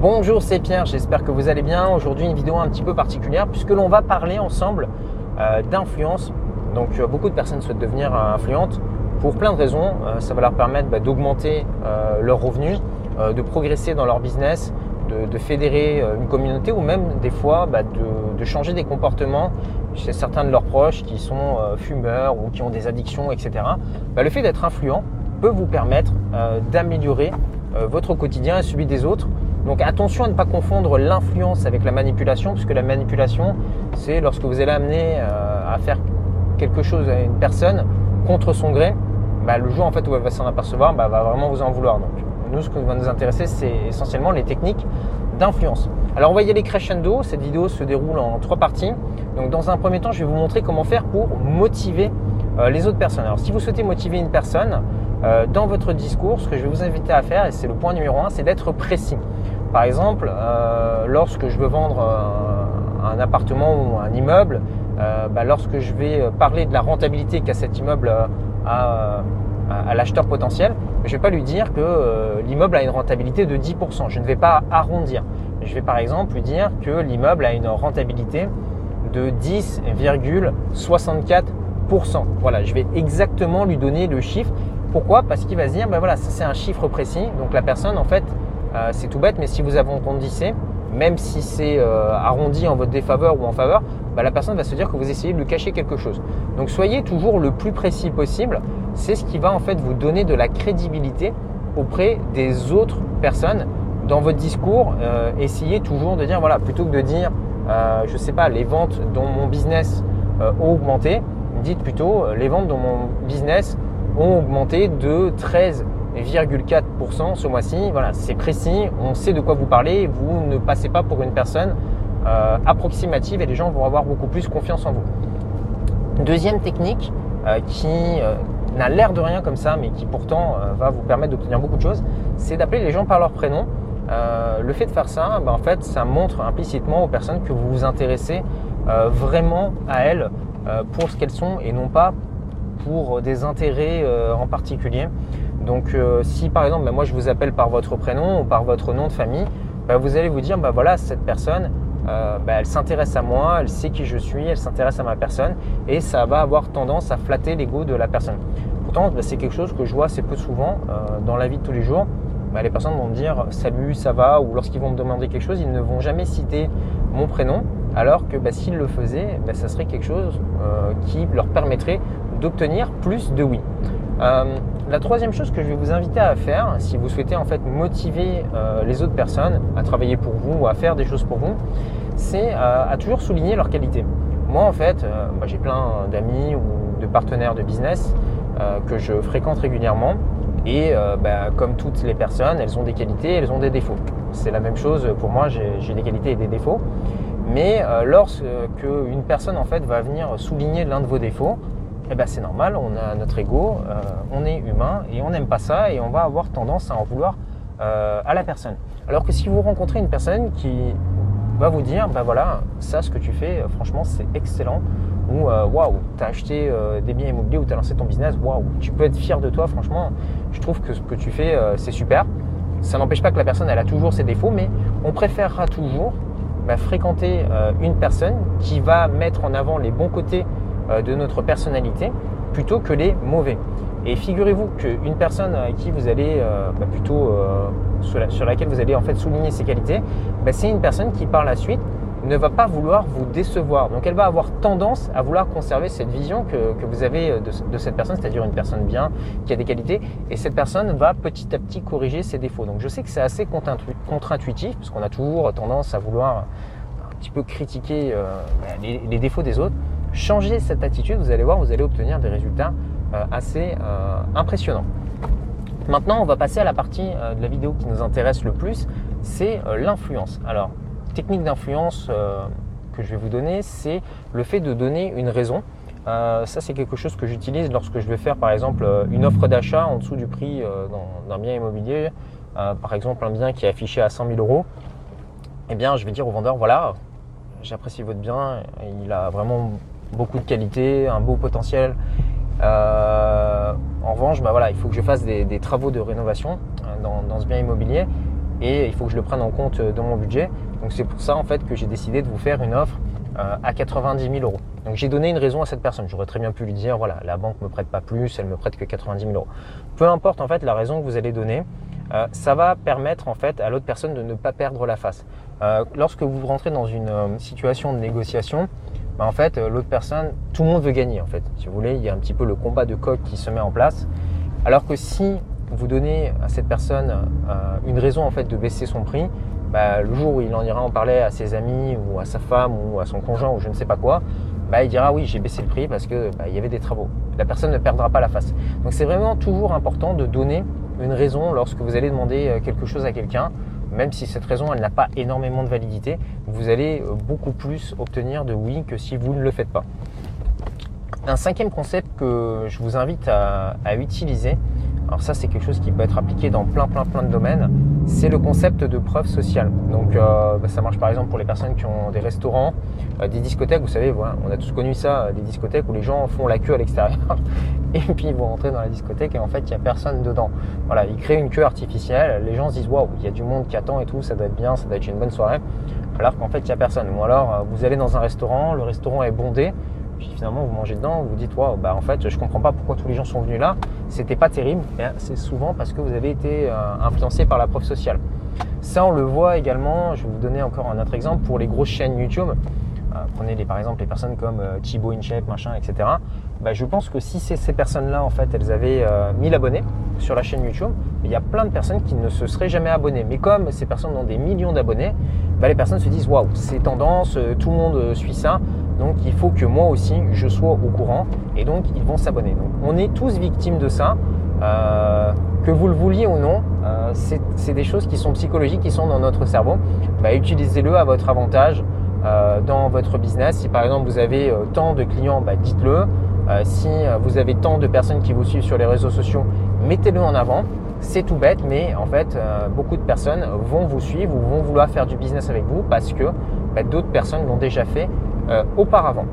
Bonjour, c'est Pierre, j'espère que vous allez bien. Aujourd'hui, une vidéo un petit peu particulière puisque l'on va parler ensemble d'influence. Donc, beaucoup de personnes souhaitent devenir influentes pour plein de raisons. Ça va leur permettre d'augmenter leurs revenus, de progresser dans leur business, de fédérer une communauté ou même des fois de changer des comportements chez certains de leurs proches qui sont fumeurs ou qui ont des addictions, etc. Le fait d'être influent peut vous permettre d'améliorer votre quotidien et celui des autres. Donc attention à ne pas confondre l'influence avec la manipulation, puisque la manipulation, c'est lorsque vous allez amener à faire quelque chose à une personne contre son gré, le jour en fait où elle va s'en apercevoir, va vraiment vous en vouloir. Donc nous, ce qui va nous intéresser, c'est essentiellement les techniques d'influence. Alors on va y aller crescendo. Cette vidéo se déroule en 3 parties. Donc dans un premier temps, je vais vous montrer comment faire pour motiver les autres personnes. Alors si vous souhaitez motiver une personne dans votre discours, ce que je vais vous inviter à faire, et c'est le point numéro 1, c'est d'être précis. Par exemple, lorsque je veux vendre un appartement ou un immeuble, lorsque je vais parler de la rentabilité qu'a cet immeuble à l'acheteur potentiel, je ne vais pas lui dire que l'immeuble a une rentabilité de 10%. Je ne vais pas arrondir. Je vais par exemple lui dire que l'immeuble a une rentabilité de 10,64%. Voilà, je vais exactement lui donner le chiffre. Pourquoi ? Parce qu'il va se dire, ça c'est un chiffre précis. Donc la personne, en fait, c'est tout bête, mais si vous arrondissez, même si c'est arrondi en votre défaveur ou en faveur, la personne va se dire que vous essayez de lui cacher quelque chose. Donc soyez toujours le plus précis possible. C'est ce qui va en fait vous donner de la crédibilité auprès des autres personnes. Dans votre discours, essayez toujours de dire, plutôt que de dire, les ventes dans mon business ont augmenté, dites plutôt, les ventes dans mon business ont augmenté de 13,4% ce mois-ci. Voilà, c'est précis, on sait de quoi vous parlez, vous ne passez pas pour une personne approximative et les gens vont avoir beaucoup plus confiance en vous. Deuxième technique qui n'a l'air de rien comme ça, mais qui pourtant va vous permettre d'obtenir beaucoup de choses, c'est d'appeler les gens par leur prénom. Le fait de faire ça, en fait, ça montre implicitement aux personnes que vous vous intéressez vraiment à elles pour ce qu'elles sont et non pas pour des intérêts en particulier. Donc si par exemple moi je vous appelle par votre prénom ou par votre nom de famille, vous allez vous dire cette personne elle s'intéresse à moi, elle sait qui je suis, elle s'intéresse à ma personne et ça va avoir tendance à flatter l'ego de la personne. Pourtant c'est quelque chose que je vois assez peu souvent dans la vie de tous les jours. Les personnes vont me dire salut, ça va, ou lorsqu'ils vont me demander quelque chose, ils ne vont jamais citer mon prénom, alors que s'ils le faisaient, ça serait quelque chose qui leur permettrait d'obtenir plus de oui. La troisième chose que je vais vous inviter à faire, si vous souhaitez en fait motiver les autres personnes à travailler pour vous ou à faire des choses pour vous, c'est à toujours souligner leurs qualités. Moi en fait, j'ai plein d'amis ou de partenaires de business que je fréquente régulièrement et comme toutes les personnes, elles ont des qualités, elles ont des défauts. C'est la même chose pour moi, j'ai des qualités et des défauts. Mais lorsque une personne en fait va venir souligner l'un de vos défauts, c'est normal, on a notre ego, on est humain et on n'aime pas ça et on va avoir tendance à en vouloir à la personne. Alors que si vous rencontrez une personne qui va vous dire, ça ce que tu fais, franchement c'est excellent, ou waouh, tu as acheté des biens immobiliers ou tu as lancé ton business, waouh, tu peux être fier de toi, franchement, je trouve que ce que tu fais c'est super. Ça n'empêche pas que la personne elle a toujours ses défauts, mais on préférera toujours fréquenter une personne qui va mettre en avant les bons côtés de notre personnalité plutôt que les mauvais. Et figurez-vous qu'une personne à qui vous allez sur laquelle vous allez en fait souligner ses qualités, c'est une personne qui par la suite ne va pas vouloir vous décevoir. Donc elle va avoir tendance à vouloir conserver cette vision que vous avez de cette personne, c'est-à-dire une personne bien, qui a des qualités, et cette personne va petit à petit corriger ses défauts. Donc je sais que c'est assez contre-intuitif, parce qu'on a toujours tendance à vouloir un petit peu critiquer les défauts des autres. Changez cette attitude, vous allez voir, vous allez obtenir des résultats assez impressionnants. Maintenant, on va passer à la partie de la vidéo qui nous intéresse le plus, c'est l'influence. Alors, technique d'influence que je vais vous donner, c'est le fait de donner une raison. Ça, c'est quelque chose que j'utilise lorsque je vais faire, par exemple, une offre d'achat en dessous du prix d'un bien immobilier. Par exemple, un bien qui est affiché à 100 000 €. Je vais dire au vendeur, j'apprécie votre bien, il a vraiment beaucoup de qualité, un beau potentiel. En revanche, il faut que je fasse des travaux de rénovation dans ce bien immobilier et il faut que je le prenne en compte dans mon budget. Donc c'est pour ça en fait que j'ai décidé de vous faire une offre à 90 000 euros. Donc j'ai donné une raison à cette personne. J'aurais très bien pu lui dire voilà, la banque me prête pas plus, elle me prête que 90 000 euros. Peu importe en fait la raison que vous allez donner, ça va permettre en fait à l'autre personne de ne pas perdre la face. Lorsque vous rentrez dans une situation de négociation, en fait l'autre personne, tout le monde veut gagner en fait. Si vous voulez, il y a un petit peu le combat de coq qui se met en place. Alors que si vous donnez à cette personne une raison en fait de baisser son prix, le jour où il en ira en parler à ses amis ou à sa femme ou à son conjoint ou je ne sais pas quoi, il dira oui, j'ai baissé le prix parce que il y avait des travaux. La personne ne perdra pas la face. Donc c'est vraiment toujours important de donner une raison lorsque vous allez demander quelque chose à quelqu'un, même si cette raison elle n'a pas énormément de validité, vous allez beaucoup plus obtenir de oui que si vous ne le faites pas. Un cinquième concept que je vous invite à utiliser, alors ça c'est quelque chose qui peut être appliqué dans plein de domaines, c'est le concept de preuve sociale. Donc ça marche par exemple pour les personnes qui ont des restaurants, des discothèques, vous savez, voilà, on a tous connu ça, des discothèques où les gens font la queue à l'extérieur et puis ils vont rentrer dans la discothèque et en fait il n'y a personne dedans. Voilà, ils créent une queue artificielle, les gens se disent waouh, il y a du monde qui attend et tout, ça doit être bien, ça doit être une bonne soirée, alors qu'en fait il n'y a personne. Ou alors vous allez dans un restaurant, le restaurant est bondé, puis finalement vous mangez dedans, vous dites waouh, en fait je comprends pas pourquoi tous les gens sont venus là, c'était pas terrible. C'est souvent parce que vous avez été influencé par la preuve sociale. Ça on le voit également, je vais vous donner encore un autre exemple pour les grosses chaînes YouTube. Prenez par exemple les personnes comme Thibaut InShape, machin, etc. Je pense que si ces personnes-là, en fait, elles avaient 1000 abonnés sur la chaîne YouTube, il y a plein de personnes qui ne se seraient jamais abonnées. Mais comme ces personnes ont des millions d'abonnés, les personnes se disent waouh, c'est tendance, tout le monde suit ça, donc il faut que moi aussi je sois au courant, et donc ils vont s'abonner. Donc on est tous victimes de ça, que vous le vouliez ou non, c'est des choses qui sont psychologiques, qui sont dans notre cerveau. Utilisez-le à votre avantage. Dans votre business. Si par exemple vous avez tant de clients, dites-le. Si vous avez tant de personnes qui vous suivent sur les réseaux sociaux, mettez-le en avant. C'est tout bête, mais en fait beaucoup de personnes vont vous suivre ou vont vouloir faire du business avec vous parce que d'autres personnes l'ont déjà fait auparavant.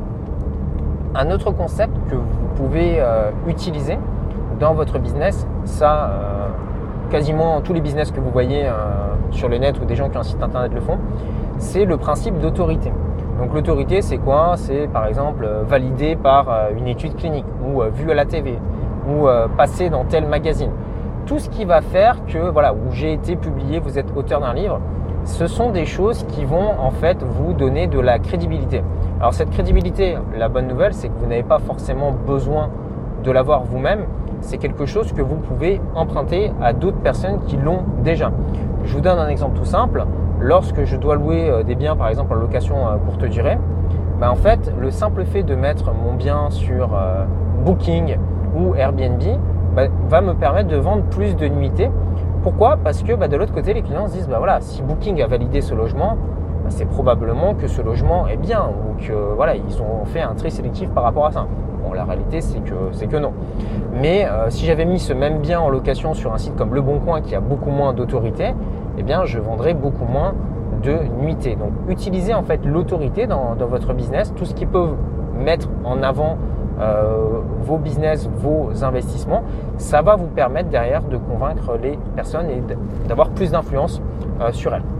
Un autre concept que vous pouvez utiliser dans votre business, ça quasiment tous les business que vous voyez sur le net ou des gens qui ont un site internet le font, c'est le principe d'autorité. Donc l'autorité, c'est quoi? C'est par exemple validé par une étude clinique ou vu à la TV ou passé dans tel magazine. Tout ce qui va faire que, voilà, où j'ai été publié, vous êtes auteur d'un livre, ce sont des choses qui vont en fait vous donner de la crédibilité. Alors cette crédibilité, la bonne nouvelle, c'est que vous n'avez pas forcément besoin de l'avoir vous-même. C'est quelque chose que vous pouvez emprunter à d'autres personnes qui l'ont déjà. Je vous donne un exemple tout simple. Lorsque je dois louer des biens, par exemple en location courte durée, en fait, le simple fait de mettre mon bien sur Booking ou Airbnb va me permettre de vendre plus de nuitées. Pourquoi? Parce que de l'autre côté, les clients se disent voilà, si Booking a validé ce logement, c'est probablement que ce logement est bien ou que voilà, ils ont fait un tri sélectif par rapport à ça. Bon, la réalité, c'est que non. Mais si j'avais mis ce même bien en location sur un site comme Le Bon Coin qui a beaucoup moins d'autorité, je vendrais beaucoup moins de nuitées. Donc, utilisez en fait l'autorité dans votre business, tout ce qui peut mettre en avant vos business, vos investissements, ça va vous permettre derrière de convaincre les personnes et d'avoir plus d'influence sur elles.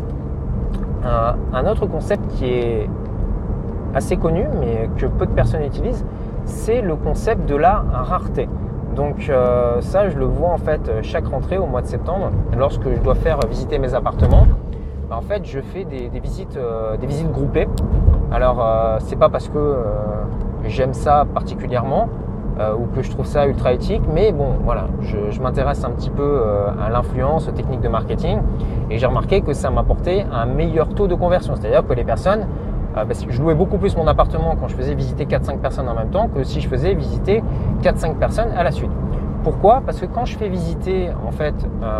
Un autre concept qui est assez connu, mais que peu de personnes utilisent, c'est le concept de la rareté. Donc ça, je le vois en fait chaque rentrée au mois de septembre, lorsque je dois faire visiter mes appartements. En fait, je fais des visites groupées. Alors, c'est pas parce que j'aime ça particulièrement ou que je trouve ça ultra éthique, mais bon, voilà, je m'intéresse un petit peu à l'influence, aux techniques de marketing, et j'ai remarqué que ça m'apportait un meilleur taux de conversion. C'est-à-dire que les personnes, parce que je louais beaucoup plus mon appartement quand je faisais visiter 4-5 personnes en même temps que si je faisais visiter 4-5 personnes à la suite. Pourquoi? Parce que quand je fais visiter en fait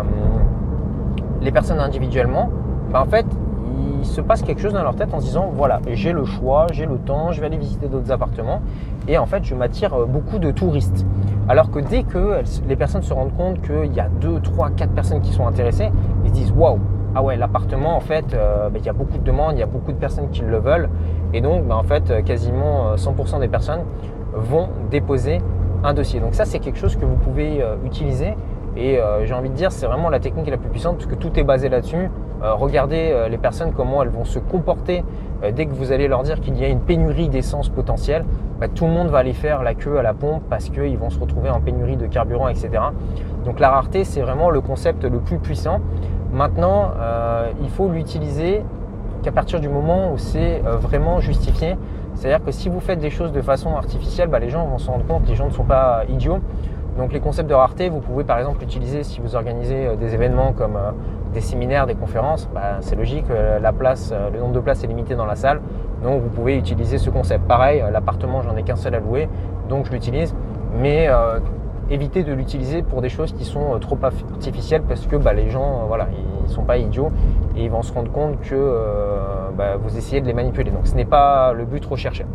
les personnes individuellement, en fait il se passe quelque chose dans leur tête en se disant voilà, j'ai le choix, j'ai le temps, je vais aller visiter d'autres appartements, et en fait je m'attire beaucoup de touristes. Alors que dès que les personnes se rendent compte qu'il y a 2, 3, 4 personnes qui sont intéressées, ils se disent waouh, ah ouais, l'appartement en fait il y a beaucoup de demandes, il y a beaucoup de personnes qui le veulent, et donc en fait quasiment 100% des personnes vont déposer un dossier. Donc ça, c'est quelque chose que vous pouvez utiliser Et j'ai envie de dire, c'est vraiment la technique la plus puissante parce que tout est basé là-dessus. Regardez les personnes, comment elles vont se comporter dès que vous allez leur dire qu'il y a une pénurie d'essence potentielle. Tout le monde va aller faire la queue à la pompe parce qu'ils vont se retrouver en pénurie de carburant, etc. Donc la rareté, c'est vraiment le concept le plus puissant. Maintenant, il faut l'utiliser qu'à partir du moment où c'est vraiment justifié. C'est-à-dire que si vous faites des choses de façon artificielle, les gens vont s'en rendre compte, les gens ne sont pas idiots. Donc les concepts de rareté, vous pouvez par exemple l'utiliser si vous organisez des événements comme des séminaires, des conférences. C'est logique, le nombre de places est limité dans la salle, donc vous pouvez utiliser ce concept. Pareil, l'appartement, j'en ai qu'un seul à louer, donc je l'utilise, mais évitez de l'utiliser pour des choses qui sont trop artificielles parce que les gens, ils sont pas idiots et ils vont se rendre compte que vous essayez de les manipuler. Donc ce n'est pas le but recherché.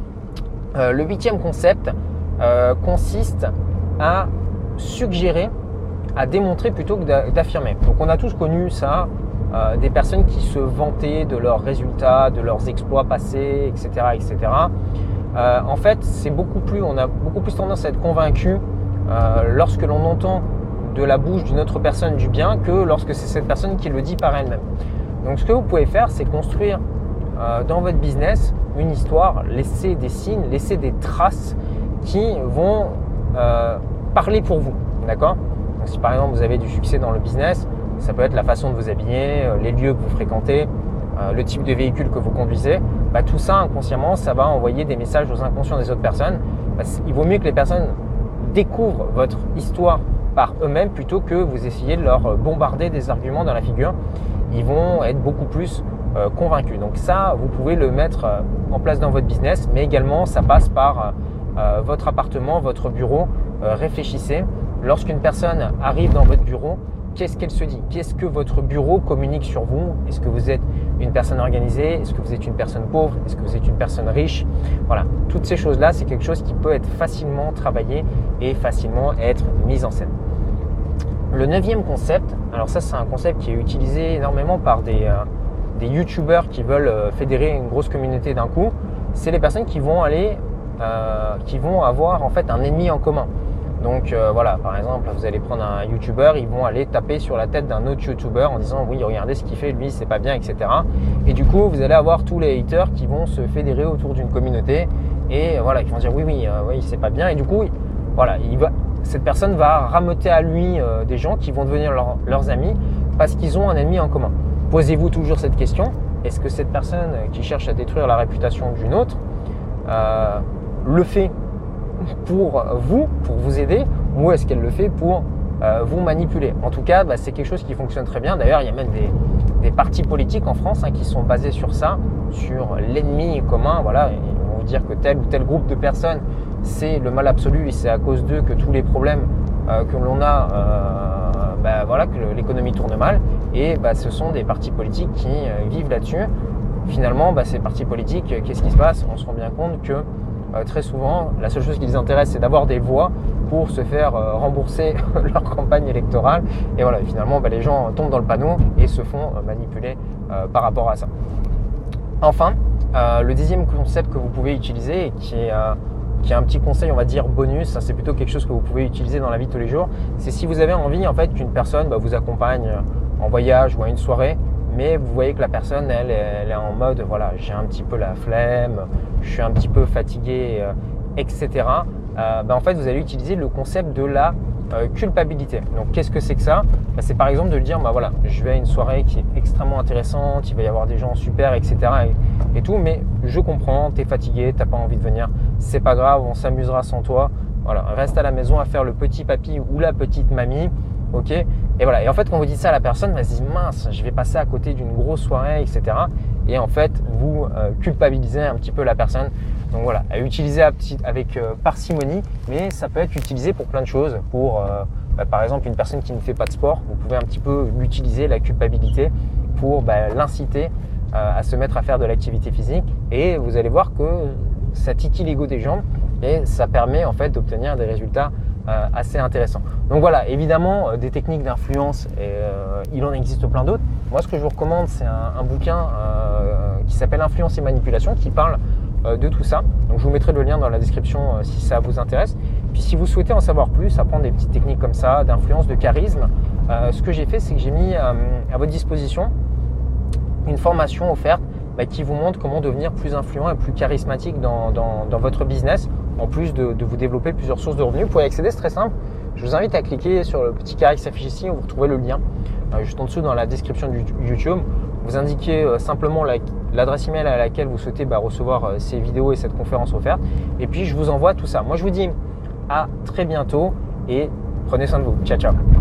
Le 8e concept consiste à suggérer, à démontrer plutôt que d'affirmer. Donc on a tous connu ça, des personnes qui se vantaient de leurs résultats, de leurs exploits passés, etc. etc. En fait, on a beaucoup plus tendance à être convaincu lorsque l'on entend de la bouche d'une autre personne du bien que lorsque c'est cette personne qui le dit par elle-même. Donc ce que vous pouvez faire, c'est construire dans votre business une histoire, laisser des signes, laisser des traces qui vont parler pour vous, d'accord? Donc, si par exemple vous avez du succès dans le business, ça peut être la façon de vous habiller, les lieux que vous fréquentez, le type de véhicule que vous conduisez. Tout ça inconsciemment, ça va envoyer des messages aux inconscients des autres personnes. Il vaut mieux que les personnes découvrent votre histoire par eux-mêmes plutôt que vous essayiez de leur bombarder des arguments dans la figure. Ils vont être beaucoup plus convaincus. Donc ça, vous pouvez le mettre en place dans votre business, mais également ça passe par votre appartement, votre bureau. Réfléchissez. Lorsqu'une personne arrive dans votre bureau, qu'est-ce qu'elle se dit? Qu'est-ce que votre bureau communique sur vous? Est-ce que vous êtes une personne organisée? Est-ce que vous êtes une personne pauvre? Est-ce que vous êtes une personne riche? Voilà, toutes ces choses-là, c'est quelque chose qui peut être facilement travaillé et facilement être mis en scène. Le 9e concept, alors ça c'est un concept qui est utilisé énormément par des youtubeurs qui veulent fédérer une grosse communauté d'un coup, c'est les personnes qui vont avoir en fait un ennemi en commun. Donc par exemple, vous allez prendre un youtubeur, ils vont aller taper sur la tête d'un autre youtubeur en disant oui, regardez ce qu'il fait, lui c'est pas bien, etc. Et du coup, vous allez avoir tous les haters qui vont se fédérer autour d'une communauté et qui vont dire oui, c'est pas bien. Et du coup, cette personne va rameuter à lui des gens qui vont devenir leurs amis parce qu'ils ont un ennemi en commun. Posez-vous toujours cette question, est-ce que cette personne qui cherche à détruire la réputation d'une autre le fait pour vous aider, ou est-ce qu'elle le fait pour vous manipuler? En tout cas, c'est quelque chose qui fonctionne très bien. D'ailleurs, il y a même des partis politiques en France qui sont basés sur ça, sur l'ennemi commun. Voilà, ils vont vous dire que tel ou tel groupe de personnes, c'est le mal absolu et c'est à cause d'eux que tous les problèmes que l'on a, que l'économie tourne mal. Et ce sont des partis politiques qui vivent là-dessus. Finalement, ces partis politiques, qu'est-ce qui se passe? On se rend bien compte que très souvent, la seule chose qui les intéresse, c'est d'avoir des voix pour se faire rembourser leur campagne électorale. Et finalement, les gens tombent dans le panneau et se font manipuler par rapport à ça. Enfin, le 10e concept que vous pouvez utiliser et qui est un petit conseil, on va dire bonus, c'est plutôt quelque chose que vous pouvez utiliser dans la vie de tous les jours, c'est si vous avez envie qu'une personne vous accompagne en voyage ou à une soirée, mais vous voyez que la personne, elle est en mode, j'ai un petit peu la flemme, je suis un petit peu fatigué, etc. En fait, vous allez utiliser le concept de la culpabilité. Donc, qu'est-ce que c'est que ça? C'est par exemple de lui dire, je vais à une soirée qui est extrêmement intéressante, il va y avoir des gens super, etc. et tout, mais je comprends, tu es fatigué, tu n'as pas envie de venir, c'est pas grave, on s'amusera sans toi. Reste à la maison à faire le petit papy ou la petite mamie. Ok, et et en fait quand vous dites ça à la personne, elle se dit mince, je vais passer à côté d'une grosse soirée, etc. Et en fait vous culpabilisez un petit peu la personne. Donc à utiliser avec parcimonie, mais ça peut être utilisé pour plein de choses. Pour par exemple une personne qui ne fait pas de sport, vous pouvez un petit peu l'utiliser, la culpabilité, pour l'inciter à se mettre à faire de l'activité physique. Et vous allez voir que ça titille l'ego des gens et ça permet en fait d'obtenir des résultats assez intéressant. Donc évidemment des techniques d'influence, il en existe plein d'autres. Moi ce que je vous recommande, c'est un bouquin qui s'appelle Influence et manipulation, qui parle de tout ça. Donc je vous mettrai le lien dans la description si ça vous intéresse. Puis si vous souhaitez en savoir plus, apprendre des petites techniques comme ça, d'influence, de charisme, ce que j'ai fait, c'est que j'ai mis à votre disposition une formation offerte qui vous montre comment devenir plus influent et plus charismatique dans votre business, en plus de vous développer plusieurs sources de revenus. Pour y accéder, c'est très simple. Je vous invite à cliquer sur le petit carré qui s'affiche ici, où vous retrouvez le lien juste en dessous dans la description du YouTube. Vous indiquez simplement l'adresse email à laquelle vous souhaitez recevoir ces vidéos et cette conférence offerte. Et puis, je vous envoie tout ça. Moi, je vous dis à très bientôt et prenez soin de vous. Ciao, ciao.